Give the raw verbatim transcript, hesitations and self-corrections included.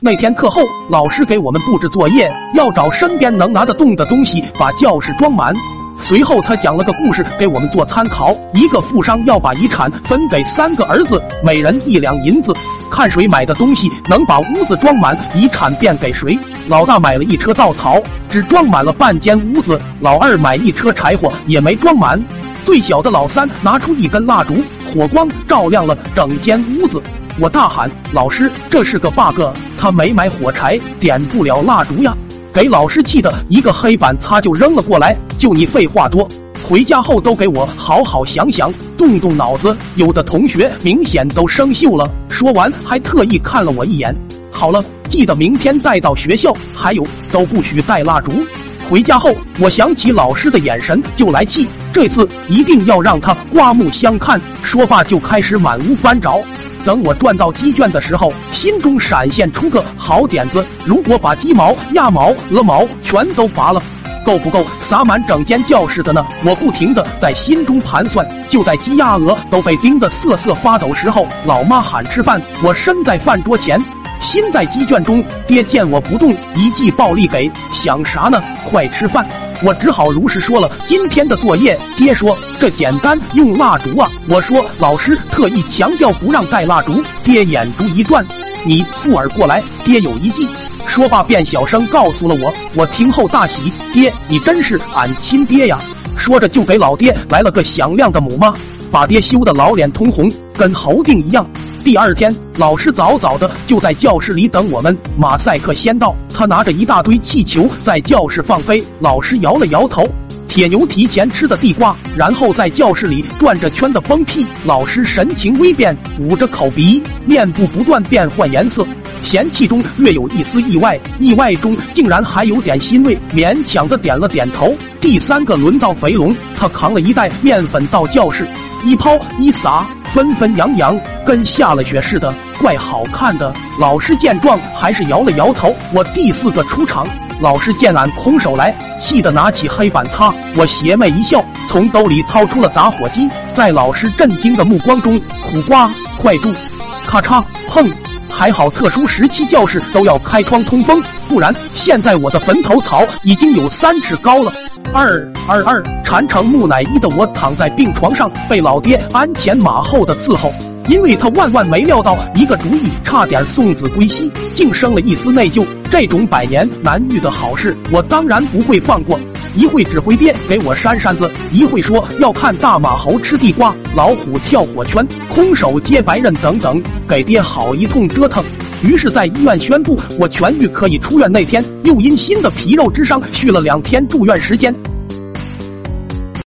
那天课后，老师给我们布置作业，要找身边能拿得动的东西把教室装满。随后他讲了个故事给我们做参考，一个富商要把遗产分给三个儿子，每人一两银子，看谁买的东西能把屋子装满，遗产便给谁。老大买了一车稻草，只装满了半间屋子，老二买一车柴火也没装满，最小的老三拿出一根蜡烛，火光照亮了整间屋子。我大喊，老师，这是个 bug， 他没买火柴，点不了蜡烛呀。给老师气的一个黑板擦就扔了过来，就你废话多，回家后都给我好好想想，动动脑子。有的同学明显都生锈了，说完还特意看了我一眼。好了，记得明天带到学校，还有都不许带蜡烛。回家后我想起老师的眼神就来气，这次一定要让他刮目相看。说罢就开始满屋翻找。等我转到鸡圈的时候，心中闪现出个好点子，如果把鸡毛、鸭毛、鹅毛全都拔了，够不够撒满整间教室的呢？我不停地在心中盘算。就在鸡鸭鹅都被叮得瑟瑟发抖时候，老妈喊吃饭，我身在饭桌前，心在鸡圈中。爹见我不动，一记暴力给，想啥呢？快吃饭！我只好如实说了今天的作业。爹说这简单，用蜡烛啊。我说老师特意强调不让带蜡烛。爹眼珠一转，你附耳过来，爹有一计。说罢便小声告诉了我，我听后大喜，爹你真是俺亲爹呀。说着就给老爹来了个响亮的母妈，把爹羞得老脸通红，跟猴腚一样。第二天，老师早早的就在教室里等我们。马赛克先到，他拿着一大堆气球在教室放飞。老师摇了摇头。铁牛提前吃的地瓜，然后在教室里转着圈的崩屁。老师神情微变，捂着口鼻，面部不断变换颜色，嫌弃中略有一丝意外，意外中竟然还有点欣慰，勉强的点了点头。第三个轮到肥龙，他扛了一袋面粉到教室，一抛一撒，纷纷扬扬，跟下了雪似的，怪好看的。老师见状还是摇了摇头。我第四个出场，老师见俺空手来，气得拿起黑板擦。我邪魅一笑，从兜里掏出了打火机，在老师震惊的目光中，苦瓜快住，咔嚓砰！还好特殊时期教室都要开窗通风，不然现在我的坟头草已经有三尺高了。二二二，馋成木乃伊的我躺在病床上，被老爹鞍前马后的伺候。因为他万万没料到一个主意，差点送子归西，竟生了一丝内疚。这种百年难遇的好事，我当然不会放过。一会指挥爹给我扇扇子，一会说要看大马猴吃地瓜，老虎跳火圈，空手接白刃等等，给爹好一通折腾。于是在医院宣布我痊愈可以出院那天，又因新的皮肉之伤续了两天住院时间。